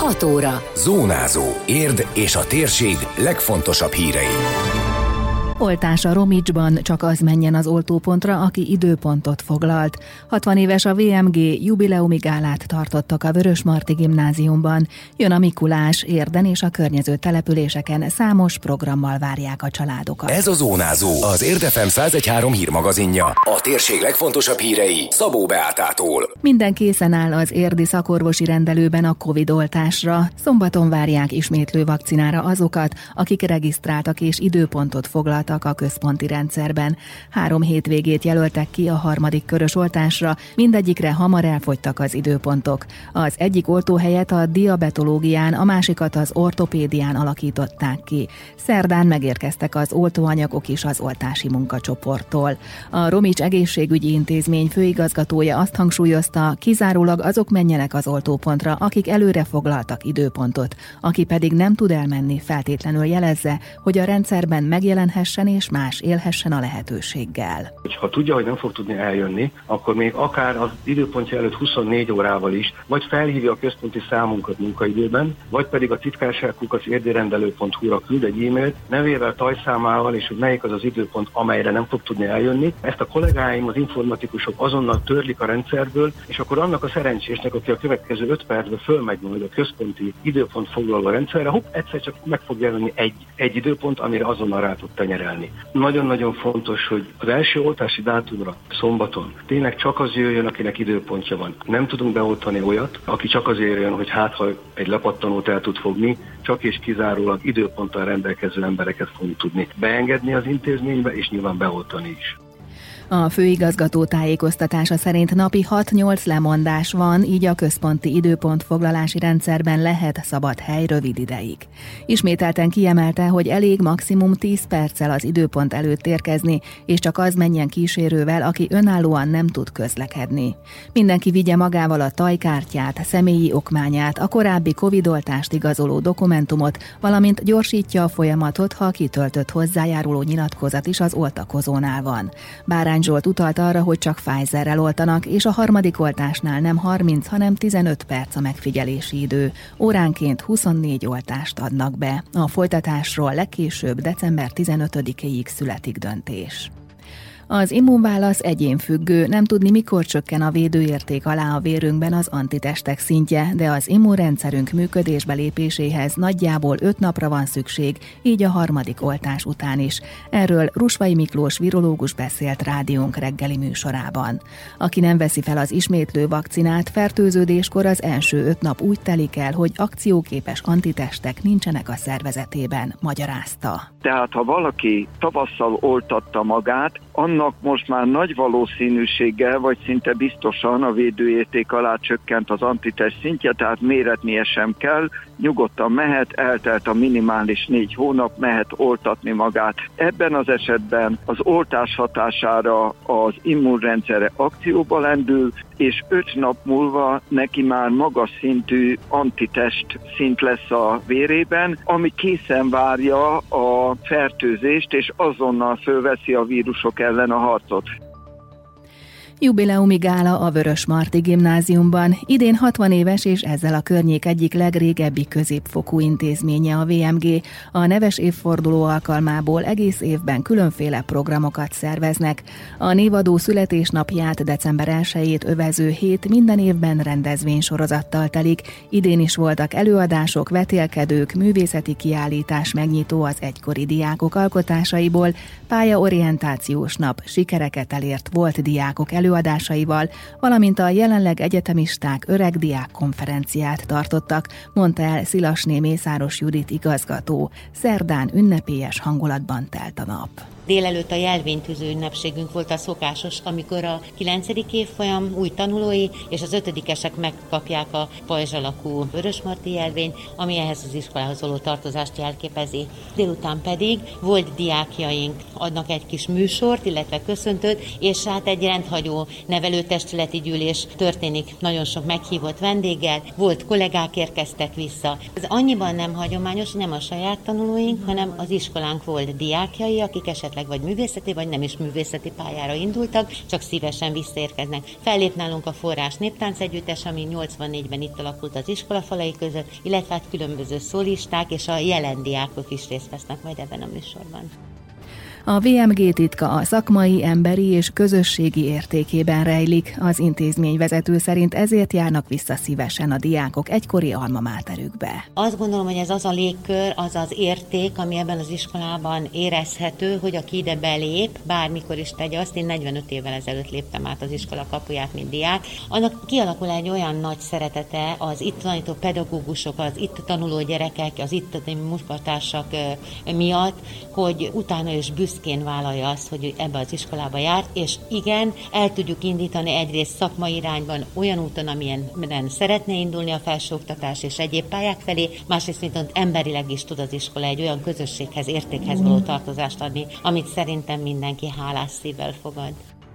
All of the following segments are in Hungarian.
6 óra. Zónázó. Érd és a térség legfontosabb hírei. Oltás a Romicsban, csak az menjen az oltópontra, aki időpontot foglalt. 60 éves a VMG, jubileumi gálát tartottak a Vörösmarty Gimnáziumban. Jön a Mikulás, Érden és a környező településeken számos programmal várják a családokat. Ez a Zónázó, az Érd FM 101.3 hírmagazinja. A térség legfontosabb hírei Szabó Beátától. Minden készen áll az érdi szakorvosi rendelőben a Covid-oltásra. Szombaton várják ismétlő vakcinára azokat, akik regisztráltak és időpontot foglaltak a központi rendszerben. 3 hétvégét jelöltek ki a harmadik körös oltásra, mindegyikre hamar elfogytak az időpontok. Az egyik oltóhelyet a diabetológián, a másikat az ortopédián alakították ki. Szerdán megérkeztek az oltóanyagok is az oltási munkacsoporttól. A Romics Egészségügyi Intézmény főigazgatója azt hangsúlyozta, kizárólag azok menjenek az oltópontra, akik előre foglaltak időpontot. Aki pedig nem tud elmenni, feltétlenül jelezze, hogy a rendszerben megjelenhessen és más élhessen a lehetőséggel. Ha tudja, hogy nem fog tudni eljönni, akkor még akár az időpontja előtt 24 órával is, vagy felhívja a központi számunkat munkaidőben, vagy pedig a titkárság@érdirendelő.hu-ra küld egy e-mailt nevével, tajszámával, és hogy melyik az az időpont, amelyre nem fog tudni eljönni. Ezt a kollégáim, az informatikusok azonnal törlik a rendszerből, és akkor annak a szerencsésnek, aki a következő 5 percben fölmegy majd a központi időpont foglaló rendszerre, egyszer csak meg fog jelenni egy időpont, amire azonnal rá tud tenyerelni. Nagyon-nagyon fontos, hogy az első oltási dátumra, szombaton tényleg csak az jöjjön, akinek időpontja van. Nem tudunk beoltani olyat, aki csak azért jön, hogy ha egy lepattanót el tud fogni, csak és kizárólag időponttal rendelkező embereket fogunk tudni beengedni az intézménybe, és nyilván beoltani is. A főigazgató tájékoztatása szerint napi 6-8 lemondás van, így a központi időpontfoglalási rendszerben lehet szabad hely rövid ideig. Ismételten kiemelte, hogy elég maximum 10 perccel az időpont előtt érkezni, és csak az menjen kísérővel, aki önállóan nem tud közlekedni. Mindenki vigye magával a tajkártyát, személyi okmányát, a korábbi Covid-oltást igazoló dokumentumot, valamint gyorsítja a folyamatot, ha a kitöltött hozzájáruló nyilatkozat is az oltakozónál van. Bárány Zsolt utalt arra, hogy csak Pfizerrel oltanak, és a harmadik oltásnál nem 30, hanem 15 perc a megfigyelési idő. Óránként 24 oltást adnak be. A folytatásról legkésőbb december 15-ig születik döntés. Az immunválasz egyénfüggő, nem tudni, mikor csökken a védőérték alá a vérünkben az antitestek szintje, de az immunrendszerünk működésbe lépéséhez nagyjából 5 napra van szükség, így a harmadik oltás után is. Erről Rusvai Miklós virológus beszélt rádiónk reggeli műsorában. Aki nem veszi fel az ismétlő vakcinát, fertőződéskor az első 5 nap úgy telik el, hogy akcióképes antitestek nincsenek a szervezetében, magyarázta. Tehát ha valaki tavasszal oltatta magát, annak most már nagy valószínűséggel, vagy szinte biztosan a védőérték alá csökkent az antitest szintje, tehát méretnie sem kell, nyugodtan mehet, eltelt a minimális 4 hónap, mehet oltatni magát. Ebben az esetben az oltás hatására az immunrendszere akcióba lendül, és 5 nap múlva neki már magas szintű antitest szint lesz a vérében, ami készen várja a fertőzést, és azonnal fölveszi a vírusok ellen a harcot. Jubileumi gála a Vörösmarty Gimnáziumban. Idén 60 éves és ezzel a környék egyik legrégebbi középfokú intézménye a VMG. A neves évforduló alkalmából egész évben különféle programokat szerveznek. A névadó születésnapját, december 1-ét övező hét minden évben rendezvénysorozattal telik. Idén is voltak előadások, vetélkedők, művészeti kiállítás megnyitó az egykori diákok alkotásaiból, pályaorientációs nap, sikereket elért volt diákok előadásaival, valamint a jelenleg egyetemisták öreg diák konferenciát tartottak, mondta el Szilasné Mészáros Judit igazgató. Szerdán ünnepélyes hangulatban telt a nap. Délelőtt a jelvénytűző ünnepségünk volt a szokásos, amikor a 9. évfolyam új tanulói és az 5-esek megkapják a pajzs alakú Vörösmarty jelvényt, ami ehhez az iskolához való tartozást jelképezi. Délután pedig volt diákjaink, adnak egy kis műsort, illetve köszöntőt, és hát egy rendhagyó nevelőtestületi gyűlés történik nagyon sok meghívott vendéggel, volt kollégák érkeztek vissza. Ez annyiban nem hagyományos, nem a saját tanulóink, hanem az iskolánk volt diákjai, akik esetleg esetleg vagy művészeti, vagy nem is művészeti pályára indultak, csak szívesen visszaérkeznek. Fellép nálunk a Forrás Néptánc Együttes, ami 84-ben itt alakult az iskola falai között, illetve hát különböző szólisták és a jelen diákok is részt vesznek majd ebben a műsorban. A VMG titka a szakmai, emberi és közösségi értékében rejlik. Az intézményvezető szerint ezért járnak vissza szívesen a diákok egykori alma máterükbe. Azt gondolom, hogy ez az a légkör, az az érték, ami ebben az iskolában érezhető, hogy aki ide belép, bármikor is tegye azt, én 45 évvel ezelőtt léptem át az iskola kapuját, mint diák, annak kialakul egy olyan nagy szeretete az itt tanító pedagógusok, az itt tanuló gyerekek, az itt munkatársak miatt, hogy utána is büszkén vállalja azt, hogy ebbe az iskolába járt, és igen, el tudjuk indítani egyrészt szakmai irányban olyan úton, amilyen szeretne indulni a felsőoktatás és egyéb pályák felé, másrészt viszont emberileg is tud az iskola egy olyan közösséghez, értékhez való tartozást adni, amit szerintem mindenki hálás szívvel fogad.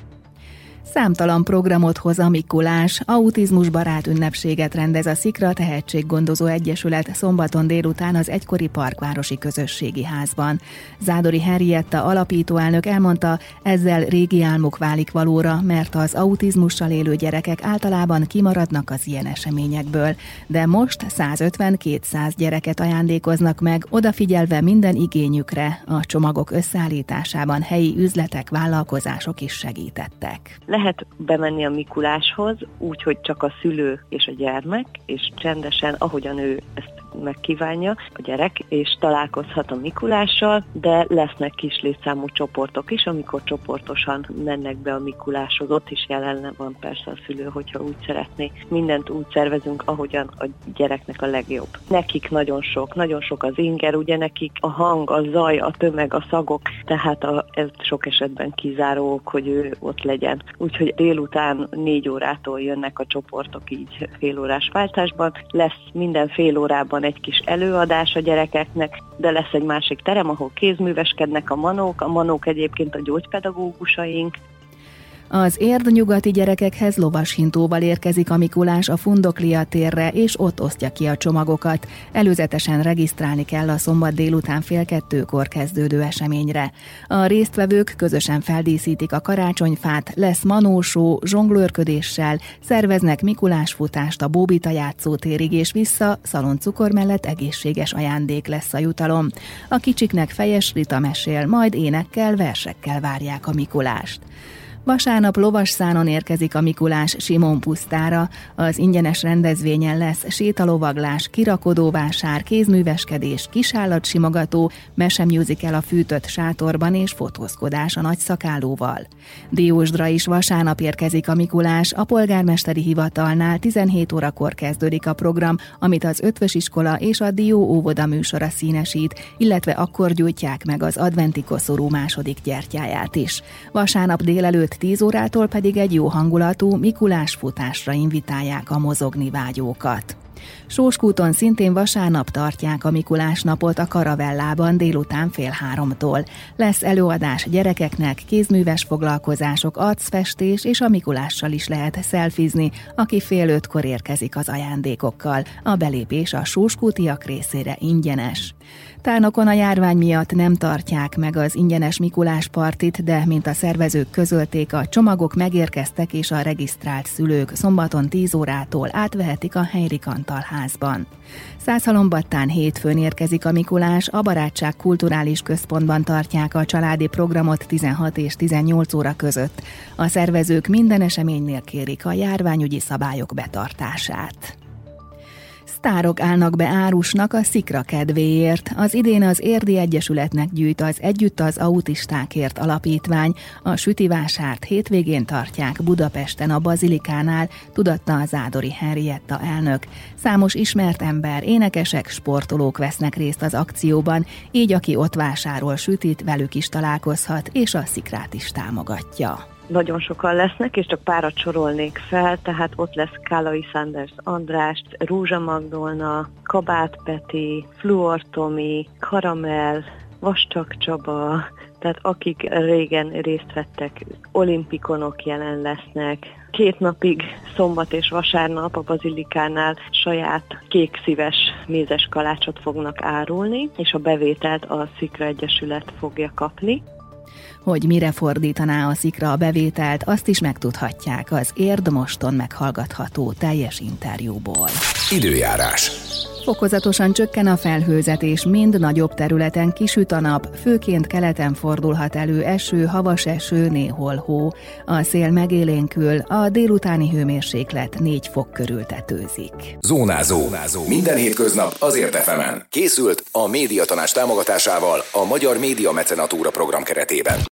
Számtalan programot hoz a Mikulás, autizmusbarát ünnepséget rendez a Szikra Tehetséggondozó Egyesület szombaton délután az egykori Parkvárosi Közösségi Házban. Zádori Henrietta alapítóelnök elmondta, ezzel régi álmuk válik valóra, mert az autizmussal élő gyerekek általában kimaradnak az ilyen eseményekből, de most 150-200 gyereket ajándékoznak meg, odafigyelve minden igényükre. A csomagok összeállításában helyi üzletek, vállalkozások is segítettek. Lehet bemenni a Mikuláshoz úgy, hogy csak a szülő és a gyermek, és csendesen, ahogyan ő ezt megkívánja a gyerek, és találkozhat a Mikulással, de lesznek kis létszámú csoportok is, amikor csoportosan mennek be a Mikuláshoz. Ott is jelen van persze a szülő, hogyha úgy szeretné. Mindent úgy szervezünk, ahogyan a gyereknek a legjobb. Nekik nagyon sok az inger, ugye nekik a hang, a zaj, a tömeg, a szagok, tehát ez sok esetben kizáró ok, hogy ő ott legyen. Úgyhogy délután 4 órától jönnek a csoportok így félórás váltásban. Lesz minden fél órában egy kis előadás a gyerekeknek, de lesz egy másik terem, ahol kézműveskednek a manók egyébként a gyógypedagógusaink. Az érdnyugati gyerekekhez lovashintóval érkezik a Mikulás a Fundoklia térre, és ott osztja ki a csomagokat. Előzetesen regisztrálni kell a szombat délután 1:30-kor kezdődő eseményre. A résztvevők közösen feldíszítik a karácsonyfát, lesz manósó, zsonglőrködéssel, szerveznek Mikulásfutást a Bóbita játszótérig és vissza, szaloncukor mellett egészséges ajándék lesz a jutalom. A kicsiknek Fejes Rita mesél, majd énekkel, versekkel várják a Mikulást. Vasárnap lovasszánon érkezik a Mikulás Simon-pusztára. Az ingyenes rendezvényen lesz sétalovaglás, kirakodóvásár, kézműveskedés, kisállatsimogató, mesemusical a fűtött sátorban és fotózkodás a nagyszakállóval. Diósdra is vasárnap érkezik a Mikulás, a polgármesteri hivatalnál 17 órakor kezdődik a program, amit az Ötvös iskola és a Dió óvoda műsora színesít, illetve akkor gyújtják meg az adventi koszorú második gyertyáját is. Vasárnap délelőtt 10 órától pedig egy jó hangulatú Mikulás futásra invitálják a mozogni vágyókat. Sóskúton szintén vasárnap tartják a Mikulás napot a Karavellában délután 2:30-tól. Lesz előadás gyerekeknek, kézműves foglalkozások, arcfestés és a Mikulással is lehet szelfizni, aki 4:30-kor érkezik az ajándékokkal. A belépés a sóskútiak részére ingyenes. Tárnokon a járvány miatt nem tartják meg az ingyenes Mikulás partit, de mint a szervezők közölték, a csomagok megérkeztek és a regisztrált szülők szombaton 10 órától átvehetik a Henrik Antal házban. Szászhalombattán hétfőn érkezik a Mikulás, a Barátság Kulturális Központban tartják a családi programot 16 és 18 óra között. A szervezők minden eseménynél kérik a járványügyi szabályok betartását. Sztárok állnak be árusnak a Szikra kedvéért. Az idén az Érdi Egyesületnek gyűjt az Együtt az autistákért alapítvány. A sütivásárt hétvégén tartják Budapesten a Bazilikánál, tudatta a Zádori Henrietta elnök. Számos ismert ember, énekesek, sportolók vesznek részt az akcióban, így aki ott vásárol sütit, velük is találkozhat, és a Szikrát is támogatja. Nagyon sokan lesznek, és csak párat sorolnék fel, tehát ott lesz Kálai Sanders András, Rózsa Magdolna, Kabát Peti, Fluor Tomi, Karamell, Vastag Csaba, tehát akik régen részt vettek, olimpikonok jelen lesznek. 2 napig, szombat és vasárnap a Bazilikánál saját kékszíves mézes kalácsot fognak árulni, és a bevételt a Szikra Egyesület fogja kapni. Hogy mire fordítaná a szikra a bevételt, azt is megtudhatják az Érd moston meghallgatható teljes interjúból. Időjárás. Fokozatosan csökken a felhőzet, és mind nagyobb területen kisüt a nap, főként keleten fordulhat elő eső, havas eső, néhol hó. A szél megélénkül, a délutáni hőmérséklet 4 fok körül tetőzik. Zónázó. Minden hétköznap az Érd FM-en. Készült a Médiatanács támogatásával a Magyar Média Mecenatúra program keretében.